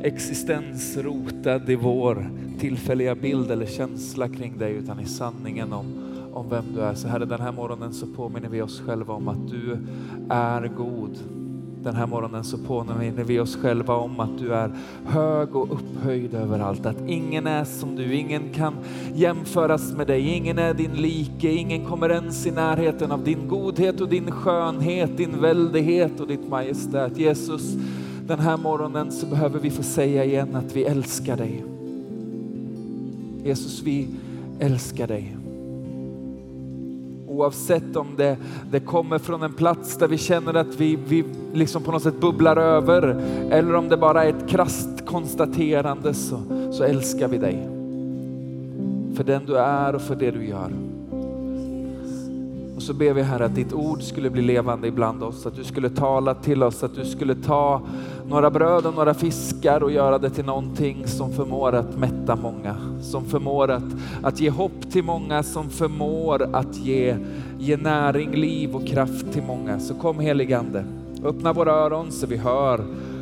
existens rotad i vår tillfälliga bild eller känsla kring dig, utan i sanningen om vem du är. Så Herre, den här morgonen så påminner vi oss själva om att du är god. Den här morgonen så påminner vi oss själva om att du är hög och upphöjd överallt. Att ingen är som du, ingen kan jämföras med dig, ingen är din like, ingen kommer ens i närheten av din godhet och din skönhet, din väldighet och ditt majestät. Jesus, den här morgonen så behöver vi få säga igen att vi älskar dig. Jesus, vi älskar dig. Oavsett om det kommer från en plats där vi känner att vi liksom på något sätt bubblar över, eller om det bara är ett krasst konstaterande, så älskar vi dig. För den du är och för det du gör. Och så ber vi, Herre, att ditt ord skulle bli levande ibland oss. Att du skulle tala till oss. Att du skulle ta några bröd och några fiskar och göra det till någonting som förmår att mätta många. Som förmår att ge hopp till många. Som förmår att ge näring, liv och kraft till många. Så kom, heligande. Öppna våra öron så vi hör.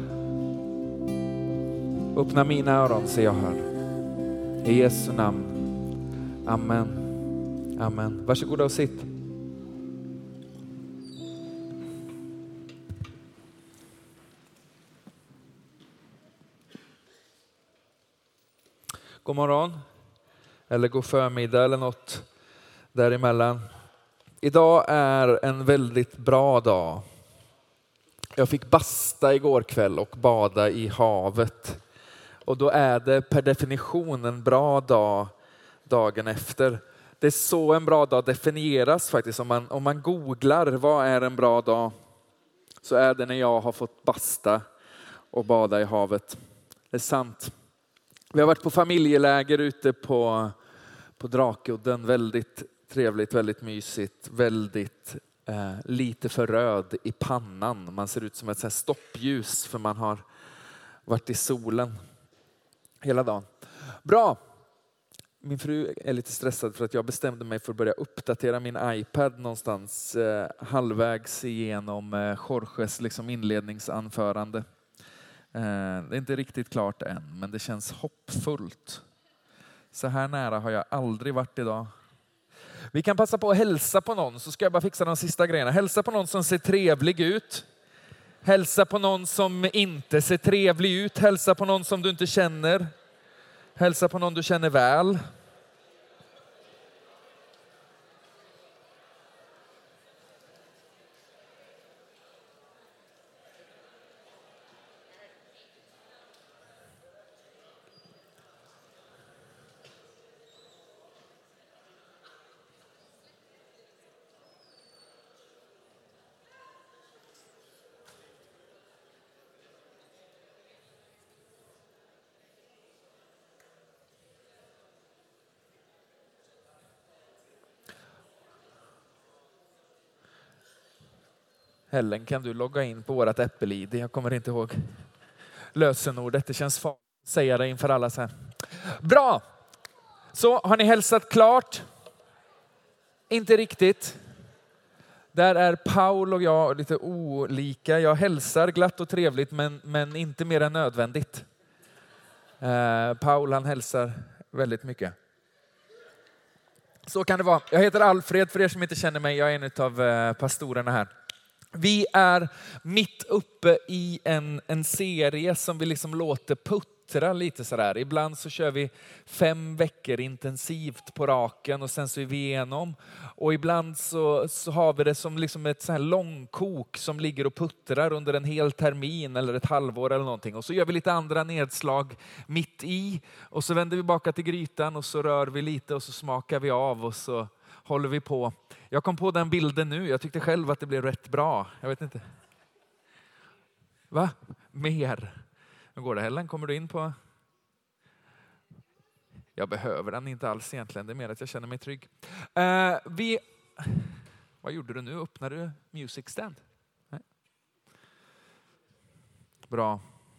Öppna mina öron så jag hör. I Jesu namn. Amen. Amen. Varsågoda och sitt. God morgon, eller god förmiddag eller något däremellan. Idag är en väldigt bra dag. Jag fick basta igår kväll och bada i havet. Och då är det per definition en bra dag dagen efter. Det är så en bra dag definieras faktiskt. Om man googlar vad är en bra dag, så är det när jag har fått basta och bada i havet. Det är sant. Vi har varit på familjeläger ute på Drakeudden. Väldigt trevligt, väldigt mysigt. Väldigt lite för röd i pannan. Man ser ut som ett så här stoppljus för man har varit i solen hela dagen. Bra! Min fru är lite stressad för att jag bestämde mig för att börja uppdatera min iPad någonstans halvvägs igenom Jorges liksom inledningsanförande. Det är inte riktigt klart än, men det känns hoppfullt. Så här nära har jag aldrig varit idag. Vi kan passa på att hälsa på någon, så ska jag bara fixa de sista grejerna. Hälsa på någon som ser trevlig ut. Hälsa på någon som inte ser trevlig ut. Hälsa på någon som du inte känner. Hälsa på någon du känner väl. Helen, kan du logga in på vårat Apple-ID? Jag kommer inte ihåg lösenordet. Det känns farligt att säga det inför alla så här. Bra! Så, har ni hälsat klart? Inte riktigt. Där är Paul och jag lite olika. Jag hälsar glatt och trevligt, men inte mer än nödvändigt. Paul, han hälsar väldigt mycket. Så kan det vara. Jag heter Alfred, för er som inte känner mig. Jag är en av pastorerna här. Vi är mitt uppe i en serie som vi liksom låter puttra lite sådär. Ibland så kör vi 5 veckor intensivt på raken och sen så är vi igenom. Och ibland så har vi det som liksom ett så här långkok som ligger och puttrar under en hel termin eller ett halvår eller någonting. Och så gör vi lite andra nedslag mitt i. Och så vänder vi baka till grytan och så rör vi lite och så smakar vi av och så håller vi på. Jag kom på den bilden nu. Jag tyckte själv att det blev rätt bra. Jag vet inte. Va? Mer? Hur går det, Helen? Kommer du in på? Jag behöver den inte alls egentligen. Det är mer att jag känner mig trygg. Vad gjorde du nu? Öppnade du Music Stand? Nej. Bra.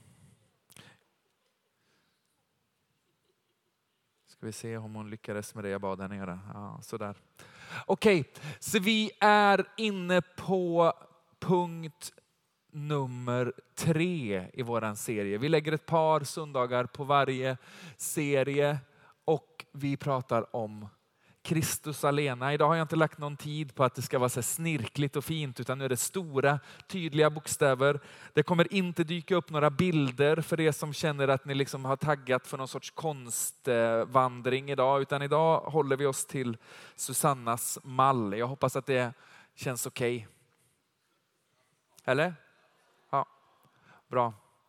Ska vi se om hon lyckades med det jag bad henne göra. Ja, sådär. Okej, så vi är inne på punkt nummer 3 i våran serie. Vi lägger ett par söndagar på varje serie och vi pratar om Kristus alena. Idag har jag inte lagt någon tid på att det ska vara så snirkligt och fint, utan nu är det stora, tydliga bokstäver. Det kommer inte dyka upp några bilder för er som känner att ni liksom har taggat för någon sorts konstvandring idag, utan idag håller vi oss till Susannas mall. Jag hoppas att det känns okej. Eller? Ja, bra.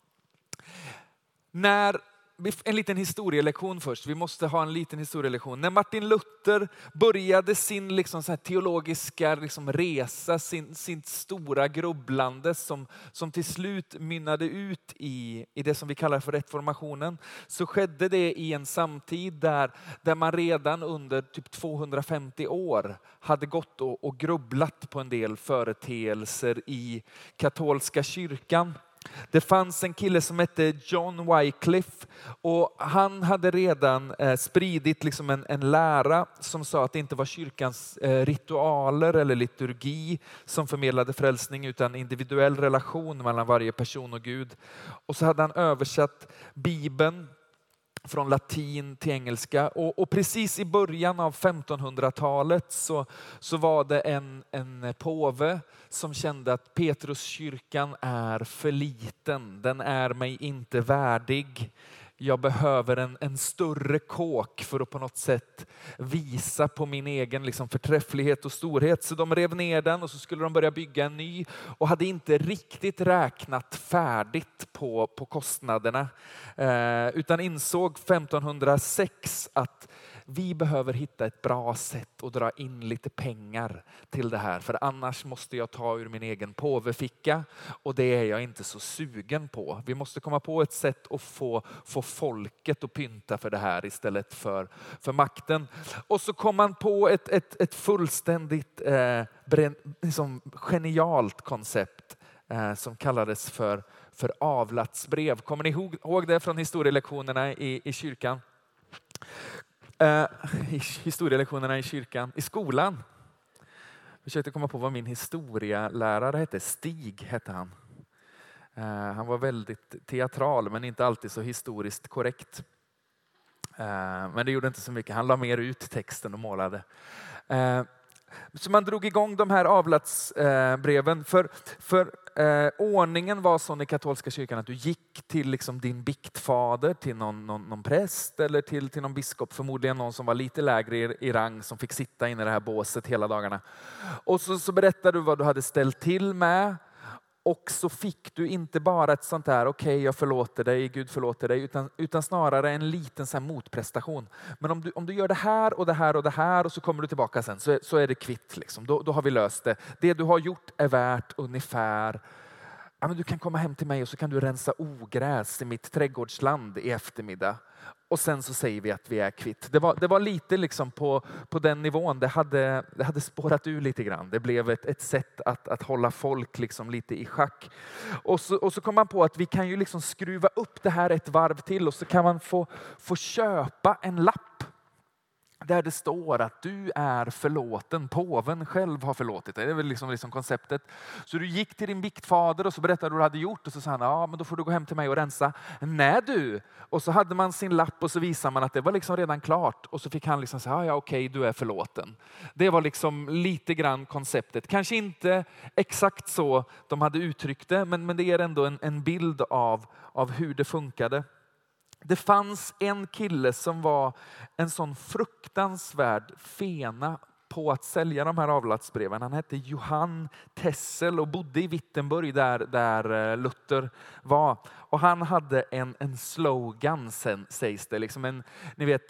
En liten historielektion först. Vi måste ha en liten historielektion. När Martin Luther började sin liksom så här teologiska liksom resa, sin stora grubblande som till slut mynnade ut i det som vi kallar för reformationen, så skedde det i en samtid där man redan under typ 250 år hade gått och grubblat på en del företeelser i katolska kyrkan. Det fanns en kille som hette John Wycliffe och han hade redan spridit liksom en lära som sa att det inte var kyrkans ritualer eller liturgi som förmedlade frälsning, utan individuell relation mellan varje person och Gud. Och så hade han översatt Bibeln från latin till engelska. Och precis i början av 1500-talet så var det en påve som kände att Petruskyrkan är för liten. Den är mig inte värdig. Jag behöver en större kåk för att på något sätt visa på min egen liksom förträfflighet och storhet. Så de rev ner den och så skulle de börja bygga en ny och hade inte riktigt räknat färdigt på kostnaderna. Utan insåg 1506 att vi behöver hitta ett bra sätt att dra in lite pengar till det här. För annars måste jag ta ur min egen påveficka och det är jag inte så sugen på. Vi måste komma på ett sätt att få folket att pynta för det här istället för makten. Och så kom man på ett fullständigt liksom genialt koncept som kallades för avlatsbrev. Kommer ni ihåg det från historielektionerna i kyrkan? Historielektionerna i kyrkan, i skolan. Jag försökte komma på vad min historielärare hette. Stig hette han. Han var väldigt teatral men inte alltid så historiskt korrekt. Men det gjorde inte så mycket. Han la mer ut texten och målade. Så man drog igång de här avlatsbreven. För ordningen var sån i katolska kyrkan att du gick till liksom din biktfader, till någon präst eller till någon biskop. Förmodligen någon som var lite lägre i rang som fick sitta inne i det här båset hela dagarna. Och så berättade du vad du hade ställt till med. Och så fick du inte bara ett sånt där, okej, jag förlåter dig, Gud förlåter dig, utan snarare en liten så här motprestation. Men om du gör det här och det här och det här och så kommer du tillbaka sen så är det kvitt. Liksom. Då har vi löst det. Det du har gjort är värt ungefär, ja, men du kan komma hem till mig och så kan du rensa ogräs i mitt trädgårdsland i eftermiddag. Och sen så säger vi att vi är kvitt. Det var lite liksom på den nivån. Det hade spårat ur lite grann. Det blev ett sätt att hålla folk liksom lite i schack. Och så kom man på att vi kan ju liksom skruva upp det här ett varv till och så kan man få köpa en lapp där det står att du är förlåten. Påven själv har förlåtit dig. Det är väl liksom konceptet. Så du gick till din biktfader och så berättade du vad du hade gjort. Och så sa han, ja men då får du gå hem till mig och rensa. Nej du! Och så hade man sin lapp och så visade man att det var liksom redan klart. Och så fick han liksom säga, ja okej, du är förlåten. Det var liksom lite grann konceptet. Kanske inte exakt så de hade uttryckt det. Men det är ändå en bild av hur det funkade. Det fanns en kille som var en sån fruktansvärd fena på att sälja de här avlatsbreven. Han hette Johann Tessel och bodde i Wittenberg där Luther var. Och han hade en slogan, sägs det. Liksom ni vet,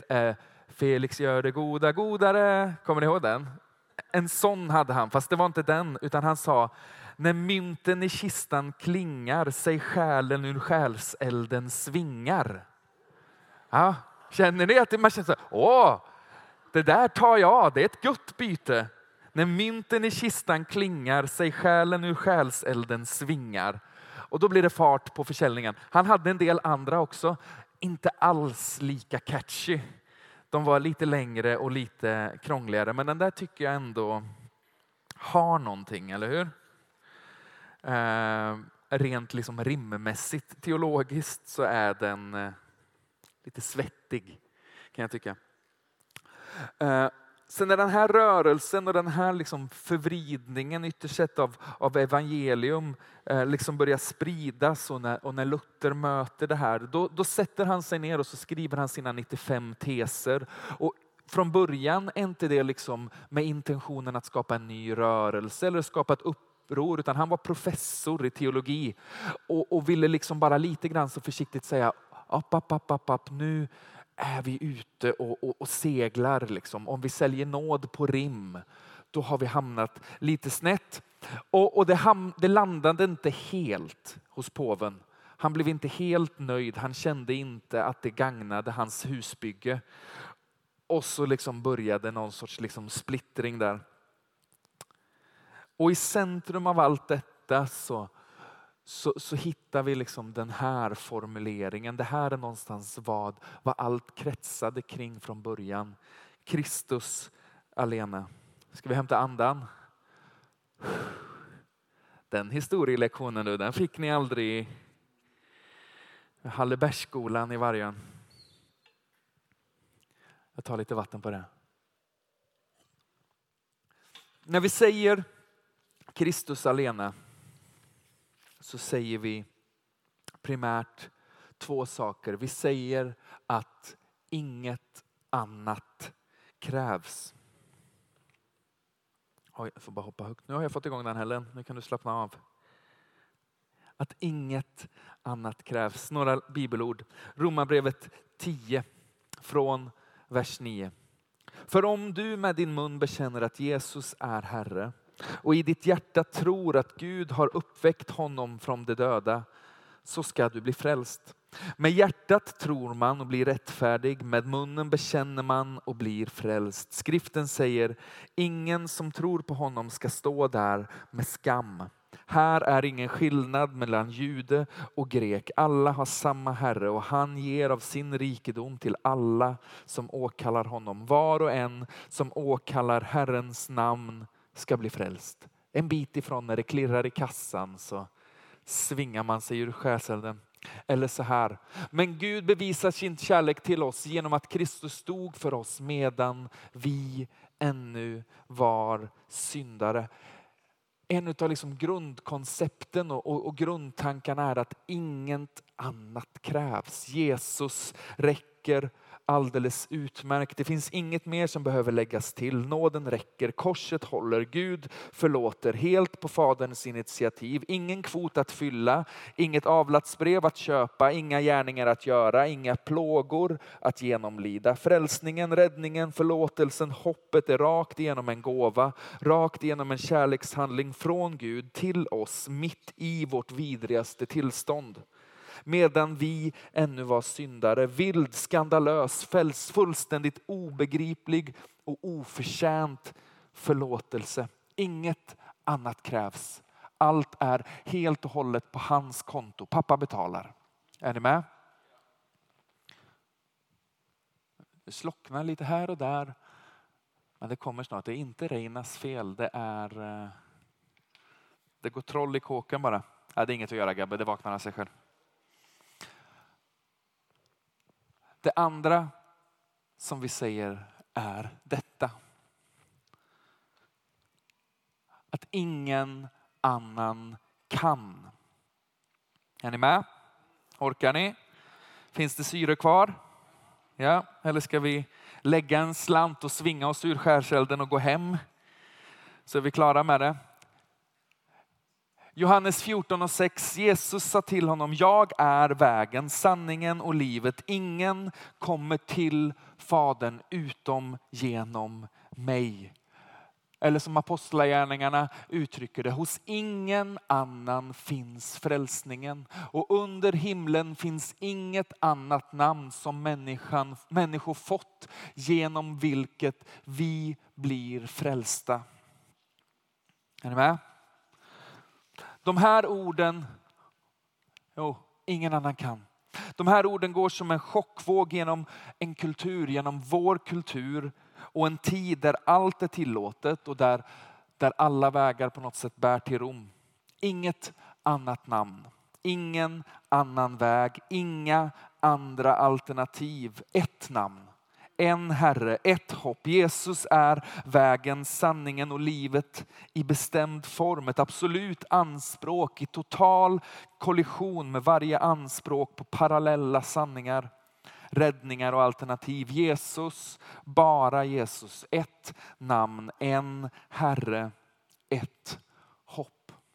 Felix gör det goda godare. Kommer ni ihåg den? En sån hade han, fast det var inte den. Utan han sa, när mynten i kistan klingar sig själen ur själselden svingar. Ja, känner ni att man känner så? Det där tar jag, det är ett gott byte. När mynten i kistan klingar sig själen ur själselden svingar. Och då blir det fart på försäljningen. Han hade en del andra också, inte alls lika catchy. De var lite längre och lite krångligare, men den där tycker jag ändå har någonting, eller hur? rent liksom rimmässigt, teologiskt, så är den lite svettig, kan jag tycka. Sen när den här rörelsen och den här liksom förvridningen ytterst sett av evangelium liksom börjar spridas, och när Luther möter det här, då sätter han sig ner och så skriver han sina 95 teser. Och från början är inte det liksom med intentionen att skapa en ny rörelse eller skapa ett uppror, utan han var professor i teologi och ville liksom bara lite grann så försiktigt säga upp, nu är vi ute och seglar. Liksom. Om vi säljer nåd på rim, då har vi hamnat lite snett. Och det landade inte helt hos påven. Han blev inte helt nöjd. Han kände inte att det gagnade hans husbygge. Och så liksom började någon sorts liksom splittring där. Och i centrum av allt detta så hittar vi liksom den här formuleringen. Det här är någonstans vad allt kretsade kring från början. Kristus alena. Ska vi hämta andan? Den historielektionen nu, den fick ni aldrig i Hallebergsskolan i Vargön. Jag tar lite vatten på det. När vi säger Kristus alena så säger vi primärt 2 saker. Vi säger att inget annat krävs. Oj, jag får bara hoppa högt. Nu har jag fått igång den Helen. Nu kan du slappna av. Att inget annat krävs. Några bibelord. Romarbrevet 10 från vers 9. För om du med din mun bekänner att Jesus är Herre och i ditt hjärta tror att Gud har uppväckt honom från de döda, så ska du bli frälst. Med hjärtat tror man och blir rättfärdig, med munnen bekänner man och blir frälst. Skriften säger, ingen som tror på honom ska stå där med skam. Här är ingen skillnad mellan jude och grek. Alla har samma Herre och han ger av sin rikedom till alla som åkallar honom. Var och en som åkallar Herrens namn ska bli frälst. En bit ifrån när det klirrar i kassan så svingar man sig ur skärselden. Eller så här. Men Gud bevisar sin kärlek till oss genom att Kristus stod för oss medan vi ännu var syndare. En av liksom grundkoncepten och grundtankarna är att inget annat krävs. Jesus räcker alldeles utmärkt. Det finns inget mer som behöver läggas till. Nåden räcker, korset håller, Gud förlåter helt på Faderns initiativ. Ingen kvot att fylla, inget avlatsbrev att köpa, inga gärningar att göra, inga plågor att genomlida. Frälsningen, räddningen, förlåtelsen, hoppet är rakt igenom en gåva, rakt igenom en kärlekshandling från Gud till oss mitt i vårt vidrigaste tillstånd. Medan vi ännu var syndare, vild, skandalös, fullständigt obegriplig och oförtjänt förlåtelse. Inget annat krävs. Allt är helt och hållet på hans konto. Pappa betalar. Är ni med? Det slocknar lite här och där. Men det kommer snart. Det är inte Reinas fel. Det går troll i kåken bara. Det är inget att göra, Gabbe. Det vaknar av sig själv. Det andra som vi säger är detta. Att ingen annan kan. Är ni med? Orkar ni? Finns det syre kvar? Ja, eller ska vi lägga en slant och svinga oss ur skärselden och gå hem? Så är vi klara med det. Johannes 14:6. Jesus sa till honom, jag är vägen, sanningen och livet. Ingen kommer till Fadern utom genom mig. Eller som apostlagärningarna uttrycker det, hos ingen annan finns frälsningen. Och under himlen finns inget annat namn som människor fått genom vilket vi blir frälsta. Är ni med? De här orden, ingen annan kan. De här orden går som en chockvåg genom en kultur, genom vår kultur och en tid där allt är tillåtet och där alla vägar på något sätt bär till Rom. Inget annat namn. Ingen annan väg, inga andra alternativ. Ett namn, en Herre, ett hopp. Jesus är vägen, sanningen och livet i bestämd form. Ett absolut anspråk i total kollision med varje anspråk på parallella sanningar, räddningar och alternativ. Jesus, bara Jesus. Ett namn, en Herre, ett hopp.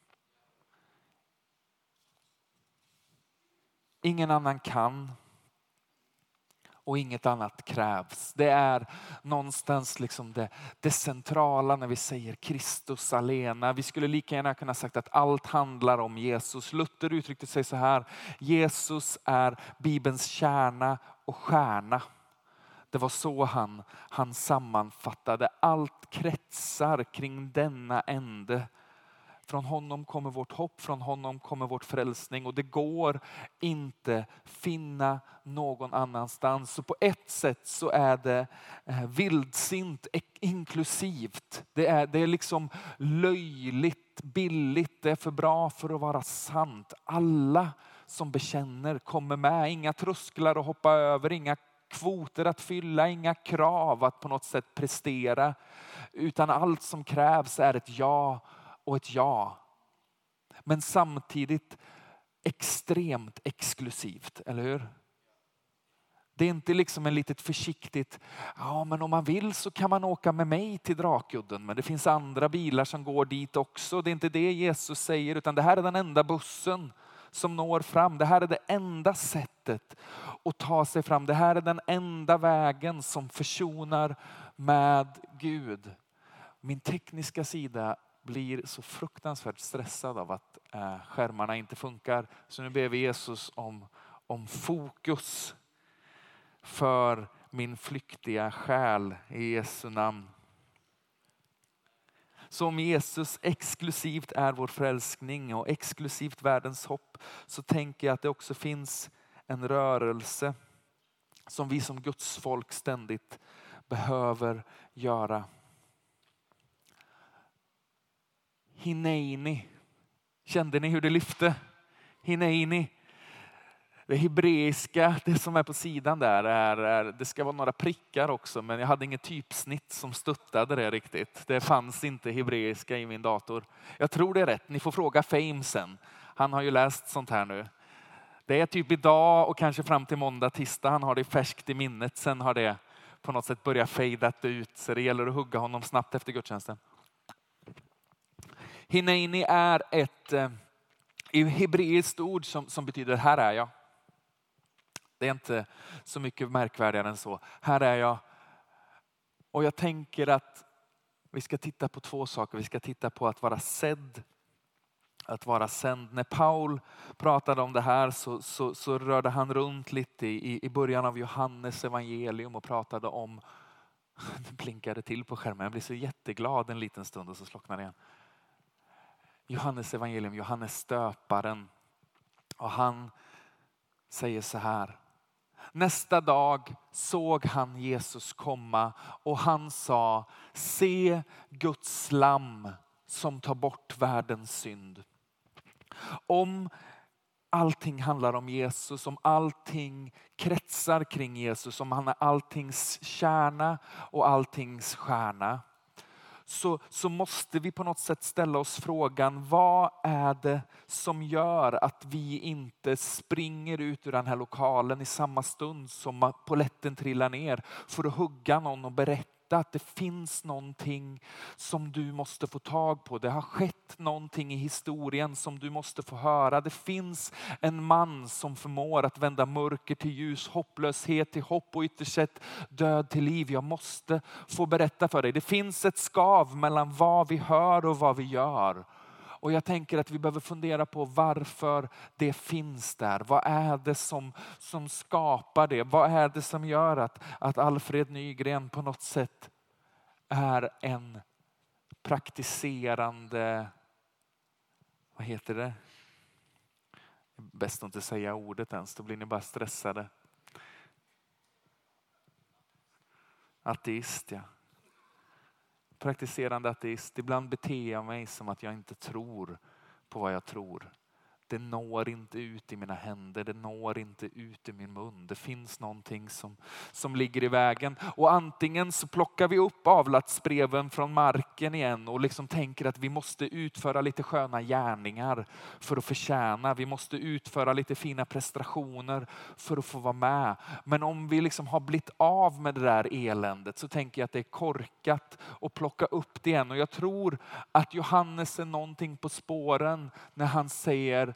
Ingen annan kan och inget annat krävs. Det är någonstans liksom det centrala när vi säger Kristus alena. Vi skulle lika gärna kunna sagt att allt handlar om Jesus. Luther uttryckte sig så här: Jesus är Bibelns kärna och stjärna. Det var så han sammanfattade. Allt kretsar kring denna ände. Från honom kommer vårt hopp, från honom kommer vårt frälsning, och det går inte finna någon annanstans. Så på ett sätt så är det vildsint inklusivt. Det är liksom löjligt, billigt, det är för bra för att vara sant. Alla som bekänner kommer med, inga trösklar att hoppa över, inga kvoter att fylla, inga krav att på något sätt prestera, utan allt som krävs är ett ja och ett ja. Men samtidigt extremt exklusivt, eller hur? Det är inte liksom en litet försiktigt, ja men om man vill så kan man åka med mig till Drakudden, men det finns andra bilar som går dit också. Det är inte det Jesus säger, utan det här är den enda bussen som når fram. Det här är det enda sättet att ta sig fram. Det här är den enda vägen som försonar med Gud. Min tekniska sida blir så fruktansvärt stressad av att skärmarna inte funkar. Så nu ber vi Jesus om fokus för min flyktiga själ i Jesu namn. Så om Jesus exklusivt är vår frälsning och exklusivt världens hopp, så tänker jag att det också finns en rörelse som vi som Guds folk ständigt behöver göra. Hineini. Kände ni hur det lyfte? Hineini. Det hebreiska, det som är på sidan där, det ska vara några prickar också, men jag hade inget typsnitt som stöttade det riktigt. Det fanns inte hebreiska i min dator. Jag tror det är rätt. Ni får fråga Fame sen. Han har ju läst sånt här nu. Det är typ idag och kanske fram till måndag, tisdag. Han har det färskt i minnet. Sen har det på något sätt börjat fejdat ut. Så det gäller att hugga honom snabbt efter gudstjänsten. Hineini är ett hebreiskt ord som betyder här är jag. Det är inte så mycket märkvärdigare än så. Här är jag. Och jag tänker att vi ska titta på två saker. Vi ska titta på att vara sedd, att vara sänd. När Paul pratade om det här så rörde han runt lite i början av Johannes evangelium och pratade om, det blinkade till på skärmen, jag blir så jätteglad en liten stund och så slocknar det igen. Johannes evangelium, Johannes stöparen. Och han säger så här: nästa dag såg han Jesus komma och han sa: se Guds lamm som tar bort världens synd. Om allting handlar om Jesus, om allting kretsar kring Jesus, om han är alltings kärna och alltings stjärna, så måste vi på något sätt ställa oss frågan: vad är det som gör att vi inte springer ut ur den här lokalen i samma stund som polletten trillar ner för att hugga någon och berätta att det finns någonting som du måste få tag på. Det har skett någonting i historien som du måste få höra. Det finns en man som förmår att vända mörker till ljus, hopplöshet till hopp och ytterst sett död till liv. Jag måste få berätta för dig. Det finns ett skav mellan vad vi hör och vad vi gör. Och jag tänker att vi behöver fundera på varför det finns där. Vad är det som skapar det? Vad är det som gör att Alfred Nygren på något sätt är en praktiserande, vad heter det? Bäst att inte säga ordet ens, då blir ni bara stressade. Ateist, ja. Praktiserande ateist. Ibland beter jag mig som att jag inte tror på vad jag tror. det når inte ut i mina händer, det når inte ut i min mun. Det finns någonting som ligger i vägen. Och antingen så plockar vi upp avlatsbreven från marken igen och liksom tänker att vi måste utföra lite sköna gärningar för att förtjäna. Vi måste utföra lite fina prestationer för att få vara med. Men om vi liksom har blivit av med det där eländet så tänker jag att det är korkat att plocka upp det igen. Och jag tror att Johannes är någonting på spåren när han säger: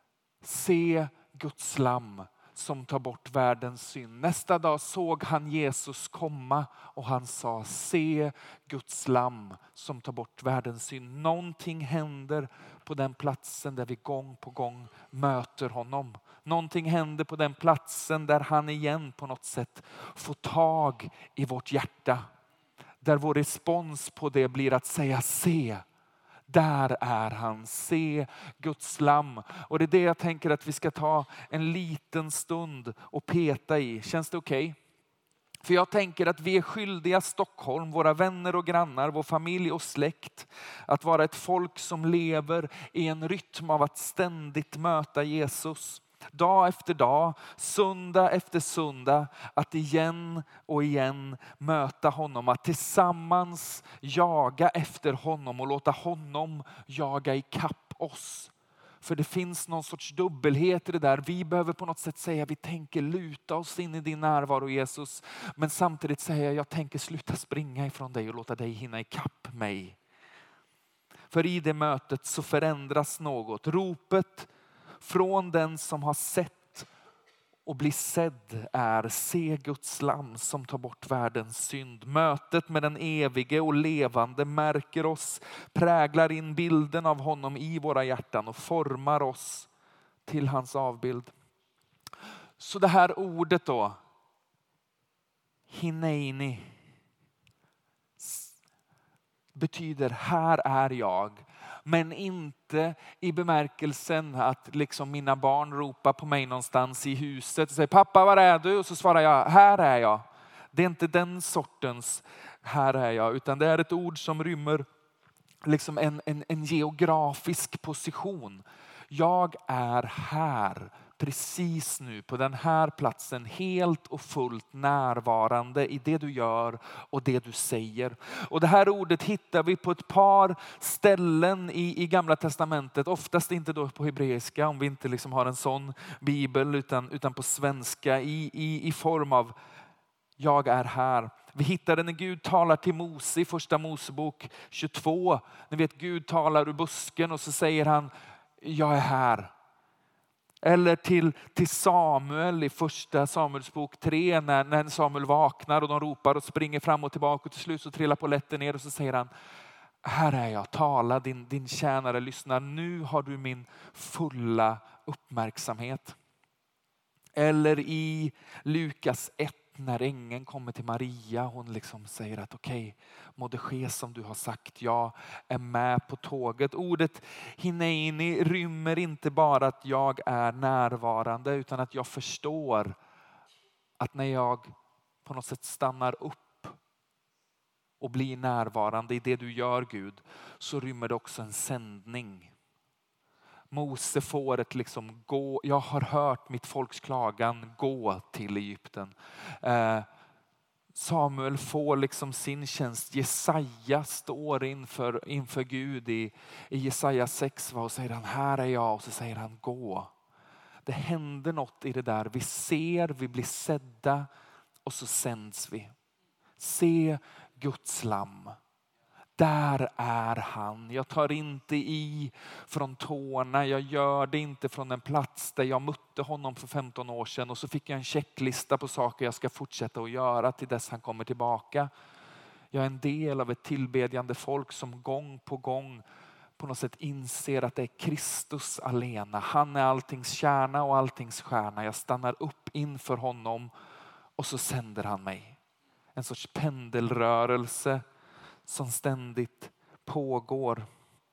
se Guds lamm som tar bort världens synd. Nästa dag såg han Jesus komma och han sa: se Guds lamm som tar bort världens synd. Någonting händer på den platsen där vi gång på gång möter honom. Någonting händer på den platsen där han igen på något sätt får tag i vårt hjärta. Där vår respons på det blir att säga: se, där är han, se Guds lamm. Och det är det jag tänker att vi ska ta en liten stund och peta i. Känns det okej? För jag tänker att vi är skyldiga Stockholm, våra vänner och grannar, vår familj och släkt, att vara ett folk som lever i en rytm av att ständigt möta Jesus. Dag efter dag, söndag efter söndag, att igen och igen möta honom. Att tillsammans jaga efter honom och låta honom jaga ikapp oss. För det finns någon sorts dubbelhet i det där. Vi behöver på något sätt säga: vi tänker luta oss in i din närvaro Jesus. Men samtidigt säga: jag tänker sluta springa ifrån dig och låta dig hinna ikapp mig. För i det mötet så förändras något. Ropet från den som har sett och blir sedd är: se Guds lamm som tar bort världens synd. Mötet med den evige och levande märker oss, präglar in bilden av honom i våra hjärtan och formar oss till hans avbild. Så det här ordet då, hineini, betyder här är jag. Men inte i bemärkelsen att liksom mina barn ropar på mig någonstans i huset och säger: pappa, var är du? Och så svarar jag: här är jag. Det är inte den sortens här är jag, utan det är ett ord som rymmer liksom en geografisk position. Jag är här precis nu på den här platsen, helt och fullt närvarande i det du gör och det du säger. Och det här ordet hittar vi på ett par ställen i Gamla testamentet. Oftast inte då på hebreiska, om vi inte liksom har en sån bibel, utan på svenska i form av jag är här. Vi hittar det när Gud talar till Mose i första Mosebok 22. Ni vet, Gud talar ur busken och så säger han: jag är här. Eller till Samuel i första Samuelsbok 3 när Samuel vaknar och de ropar och springer fram och tillbaka och till slut så trillar polletten ner och så säger han: här är jag, tala, din tjänare lyssnar, nu har du min fulla uppmärksamhet. Eller i Lukas 1 när ängeln kommer till Maria, hon liksom säger att okej, må det ske som du har sagt, jag är med på tåget. Ordet hineini rymmer inte bara att jag är närvarande, utan att jag förstår att när jag på något sätt stannar upp och blir närvarande i det du gör Gud, så rymmer det också en sändning. Mose får ett liksom gå, jag har hört mitt folks klagan, gå till Egypten. Samuel får liksom sin tjänst. Jesaja står inför Gud i Jesaja 6 och säger han: här är jag, och så säger han gå. Det händer något i det där. Vi ser, vi blir sedda och så sänds vi. Se Guds lamm. Där är han. Jag tar inte i från tårna. Jag gör det inte från en plats där jag mötte honom för 15 år sedan. Och så fick jag en checklista på saker jag ska fortsätta att göra till dess han kommer tillbaka. Jag är en del av ett tillbedjande folk som gång på gång på något sätt inser att det är Kristus alena. Han är alltings kärna och alltings stjärna. Jag stannar upp inför honom och så sänder han mig. En sorts pendelrörelse som ständigt pågår.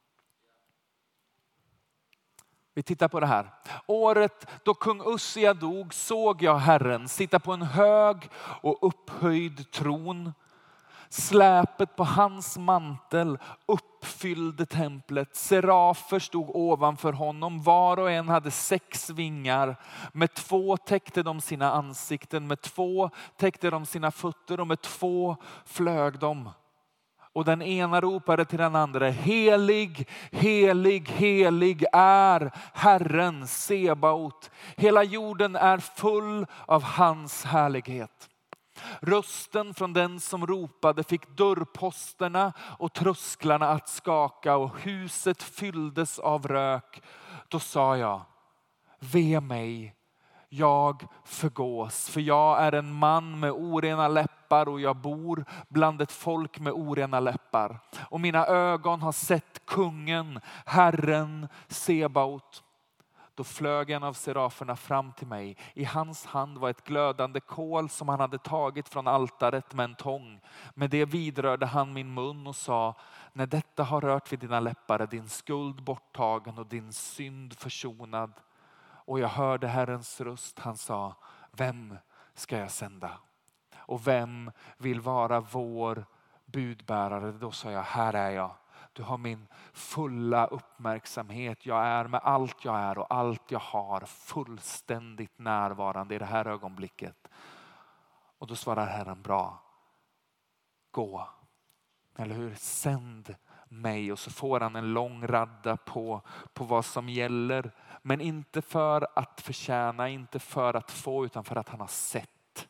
Vi tittar på det här. Året då kung Ussia dog såg jag Herren sitta på en hög och upphöjd tron. Släpet på hans mantel uppfyllde templet. Serafer stod ovanför honom. Var och en hade 6 vingar. Med 2 täckte de sina ansikten. Med 2 täckte de sina fötter. Och med 2 flög de. Och den ena ropade till den andra: helig, helig, helig är Herren Sebaot. Hela jorden är full av hans härlighet. Rösten från den som ropade fick dörrposterna och trösklarna att skaka och huset fylldes av rök. Då sa jag: ve mig, jag förgås, för jag är en man med orena läppar och jag bor bland ett folk med orena läppar. Och mina ögon har sett kungen, Herren Sebaot. Då flög en av seraferna fram till mig. I hans hand var ett glödande kol som han hade tagit från altaret med en tång. Med det vidrörde han min mun och sa: när detta har rört vid dina läppar är din skuld borttagen och din synd försonad. Och jag hörde Herrens röst. Han sa: vem ska jag sända? Och vem vill vara vår budbärare? Då sa jag: här är jag. Du har min fulla uppmärksamhet. Jag är med allt jag är och allt jag har fullständigt närvarande i det här ögonblicket. Och då svarar Herren: bra, gå. Eller hur? Sänd mig. Och så får han en lång radda på vad som gäller. Men inte för att förtjäna, inte för att få, utan för att han har sett.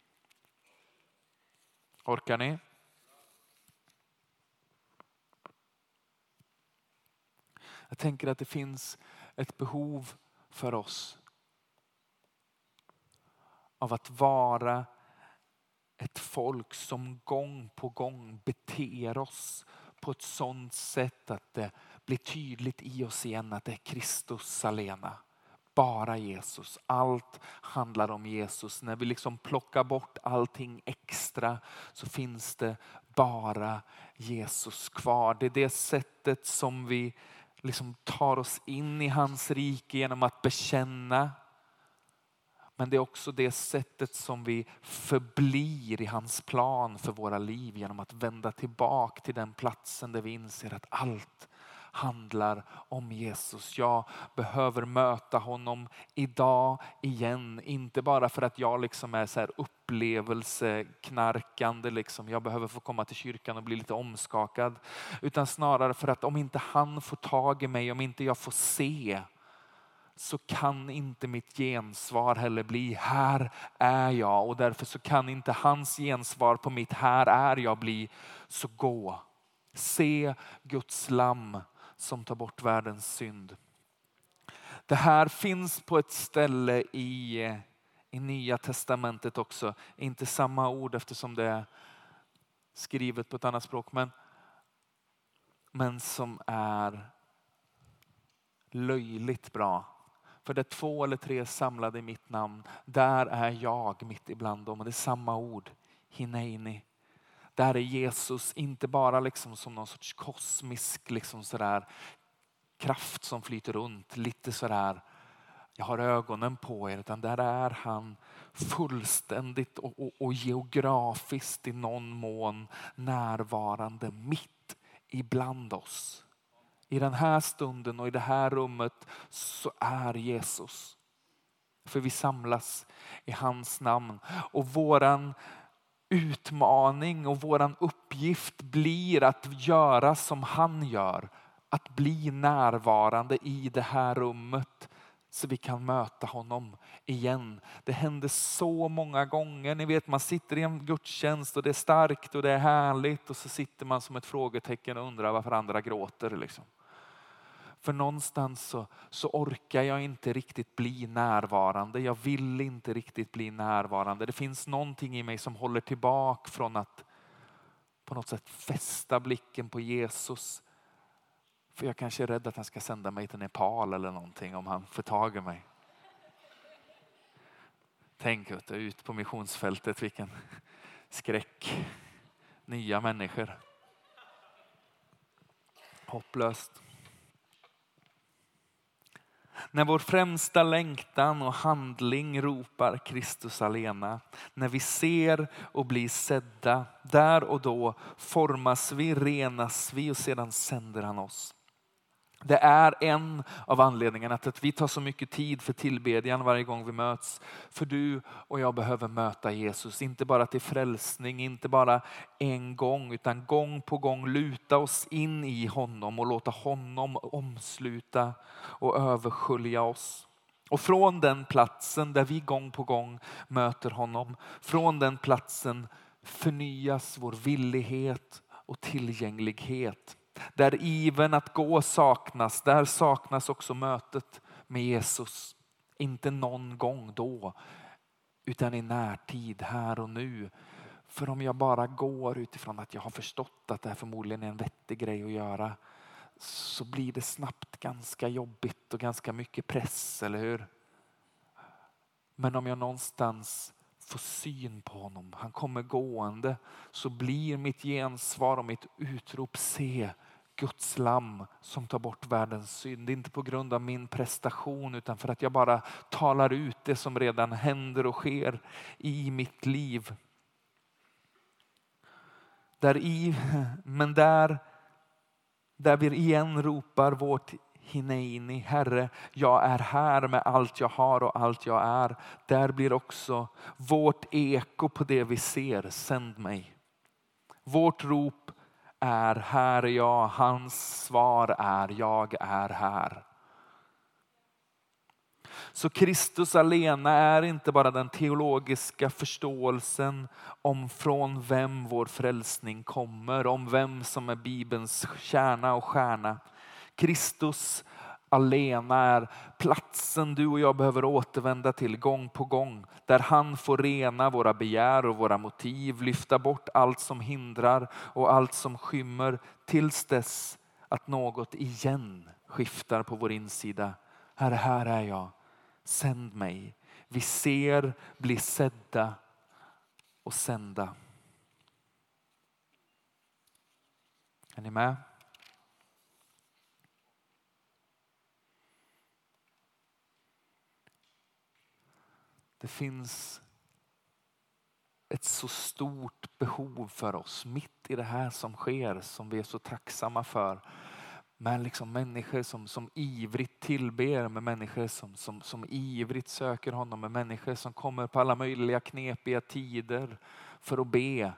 Orkar ni? Jag tänker att det finns ett behov för oss av att vara ett folk som gång på gång beter oss på ett sådant sätt att det blir tydligt i oss igen att det är Kristus alena. Bara Jesus. Allt handlar om Jesus. När vi liksom plockar bort allting extra så finns det bara Jesus kvar. Det är det sättet som vi liksom tar oss in i hans rike genom att bekänna. Men det är också det sättet som vi förblir i hans plan för våra liv genom att vända tillbaka till den platsen där vi inser att allt handlar om Jesus. Jag behöver möta honom idag igen. Inte bara för att jag liksom är så här upplevelseknarkande. Liksom. Jag behöver få komma till kyrkan och bli lite omskakad. Utan snarare för att om inte han får tag i mig, om inte jag får se, så kan inte mitt gensvar heller bli här är jag. Och därför så kan inte hans gensvar på mitt här är jag bli så gå. Se Guds lamm som tar bort världens synd. Det här finns på ett ställe i Nya testamentet också. Inte samma ord eftersom det är skrivet på ett annat språk. Men som är löjligt bra. För det är 2 eller 3 samlade i mitt namn. Där är jag mitt ibland dem. Och det är samma ord. Hineini. Där är Jesus inte bara liksom som någon sorts kosmisk liksom sådär, kraft som flyter runt. Lite sådär, jag har ögonen på er. Utan där är han fullständigt och geografiskt i någon mån närvarande mitt ibland oss. I den här stunden och i det här rummet så är Jesus. För vi samlas i hans namn. Och våran utmaning och våran uppgift blir att göra som han gör. Att bli närvarande i det här rummet. Så vi kan möta honom igen. Det händer så många gånger. Ni vet, man sitter i en gudstjänst och det är starkt och det är härligt. Och så sitter man som ett frågetecken och undrar varför andra gråter liksom. För någonstans så orkar jag inte riktigt bli närvarande. Jag vill inte riktigt bli närvarande. Det finns någonting i mig som håller tillbaka från att på något sätt fästa blicken på Jesus. För jag kanske är rädd att han ska sända mig till Nepal eller någonting om han får tag i mig. Tänk ut på missionsfältet, vilken skräck. Nya människor. Hopplöst. När vår främsta längtan och handling ropar Kristus alena. När vi ser och blir sedda, där och då formas vi, renas vi och sedan sänder han oss. Det är en av anledningarna till att vi tar så mycket tid för tillbedjan varje gång vi möts. För du och jag behöver möta Jesus. Inte bara till frälsning, inte bara en gång, utan gång på gång luta oss in i honom och låta honom omsluta och överskölja oss. Och från den platsen där vi gång på gång möter honom, från den platsen förnyas vår villighet och tillgänglighet. Där ivern att gå saknas, där saknas också mötet med Jesus. Inte någon gång då, utan i närtid, här och nu. För om jag bara går utifrån att jag har förstått att det här förmodligen är en vettig grej att göra, så blir det snabbt ganska jobbigt och ganska mycket press, eller hur? Men om jag någonstans får syn på honom, han kommer gående, så blir mitt gensvar och mitt utrop: se Guds lamm som tar bort världens synd. Inte på grund av min prestation, utan för att jag bara talar ut det som redan händer och sker i mitt liv. Men där vi igen ropar vårt Hineini, Herre, jag är här med allt jag har och allt jag är. Där blir också vårt eko på det vi ser: sänd mig. Vårt rop är: här är jag. Hans svar är: jag är här. Så Kristus alena är inte bara den teologiska förståelsen om från vem vår frälsning kommer, om vem som är Bibelns kärna och stjärna. Kristus alena är platsen du och jag behöver återvända till gång på gång. Där han får rena våra begär och våra motiv, lyfta bort allt som hindrar och allt som skymmer, tills dess att något igen skiftar på vår insida. Herre, här är jag. Sänd mig. Vi ser, blir sedda och sända. Är ni med? Det finns ett så stort behov för oss mitt i det här som sker, som vi är så tacksamma för. Med liksom människor som ivrigt tillber, med människor som ivrigt söker honom, med människor som kommer på alla möjliga knepiga tider för att be.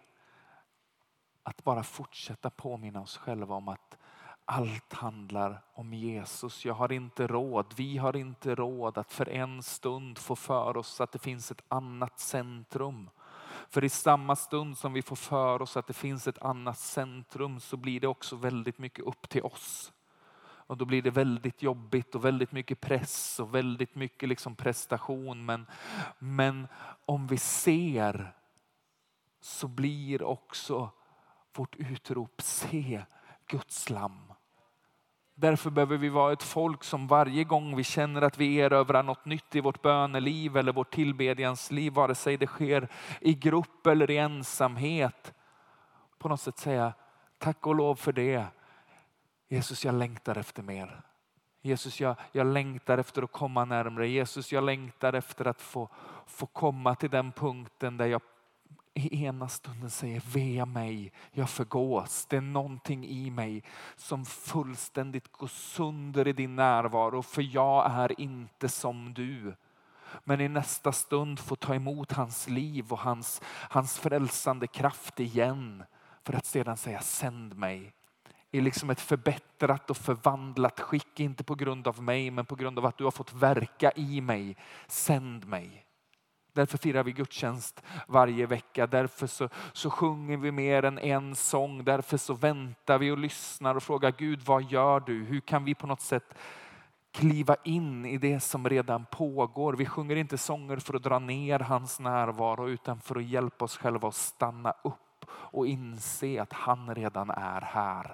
Att bara fortsätta påminna oss själva om att allt handlar om Jesus. Jag har inte råd, vi har inte råd att för en stund få för oss att det finns ett annat centrum. För i samma stund som vi får för oss att det finns ett annat centrum, så blir det också väldigt mycket upp till oss. Och då blir det väldigt jobbigt och väldigt mycket press och väldigt mycket liksom prestation. Men om vi ser, så blir också vårt utrop: se Guds lamm. Därför behöver vi vara ett folk som varje gång vi känner att vi erövrar något nytt i vårt böneliv eller vårt tillbedjansliv, vare sig det sker i grupp eller i ensamhet, på något sätt säga: tack och lov för det. Jesus, jag längtar efter mer. Jesus, jag längtar efter att komma närmare. Jesus, jag längtar efter att få komma till den punkten där jag i ena stunden säger: ve mig, jag förgås. Det är någonting i mig som fullständigt går sönder i din närvaro, för jag är inte som du. Men i nästa stund får ta emot hans liv och hans frälsande kraft igen, för att sedan säga: sänd mig. I liksom ett förbättrat och förvandlat skick, inte på grund av mig, men på grund av att du har fått verka i mig. Sänd mig. Därför firar vi gudstjänst varje vecka. Därför så sjunger vi mer än en sång. Därför så väntar vi och lyssnar och frågar: Gud, vad gör du? Hur kan vi på något sätt kliva in i det som redan pågår? Vi sjunger inte sånger för att dra ner hans närvaro, utan för att hjälpa oss själva att stanna upp och inse att han redan är här.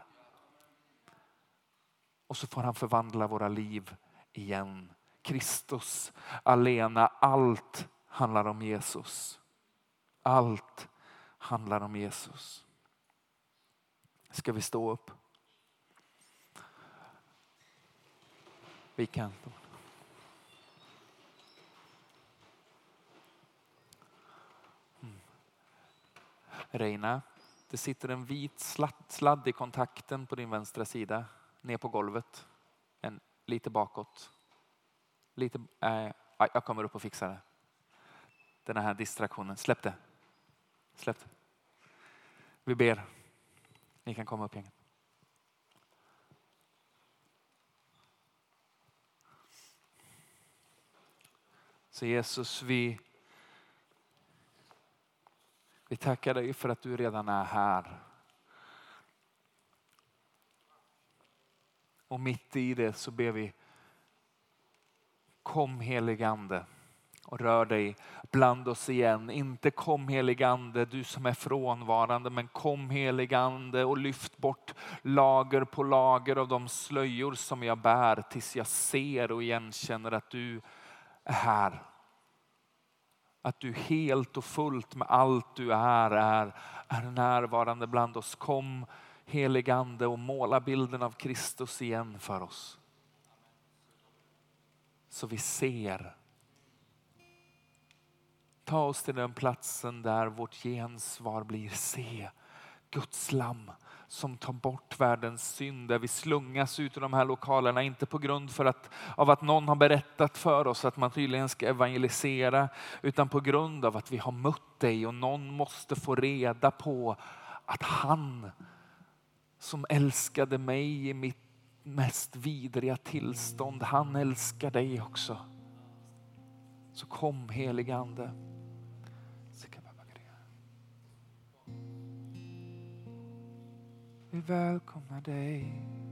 Och så får han förvandla våra liv igen. Kristus alena, allt handlar om Jesus. Allt handlar om Jesus. Ska vi stå upp? Vi kan. Reina, det sitter en vit sladd i kontakten på din vänstra sida. Ner på golvet. Lite bakåt. Jag kommer upp och fixar det. Den här distraktionen. Släpp det. Släpp det. Vi ber. Ni kan komma upp igen. Så Jesus, vi tackar dig för att du redan är här. Och mitt i det så ber vi, kom helige ande och rör dig bland oss igen. Inte kom helige ande, du som är frånvarande, men kom helige ande och lyft bort lager på lager av de slöjor som jag bär tills jag ser och igenkänner att du är här. Att du helt och fullt med allt du är närvarande bland oss. Kom helige ande och måla bilden av Kristus igen för oss. Så vi ser. Ta oss till den platsen där vårt gensvar blir se. Guds lamm som tar bort världens synd. Där vi slungas ut ur de här lokalerna. Inte på grund av att någon har berättat för oss att man tydligen ska evangelisera. Utan på grund av att vi har mött dig. Och någon måste få reda på att han som älskade mig i mitt mest vidriga tillstånd. Han älskar dig också. Så kom helige ande. Vi välkomnar dig.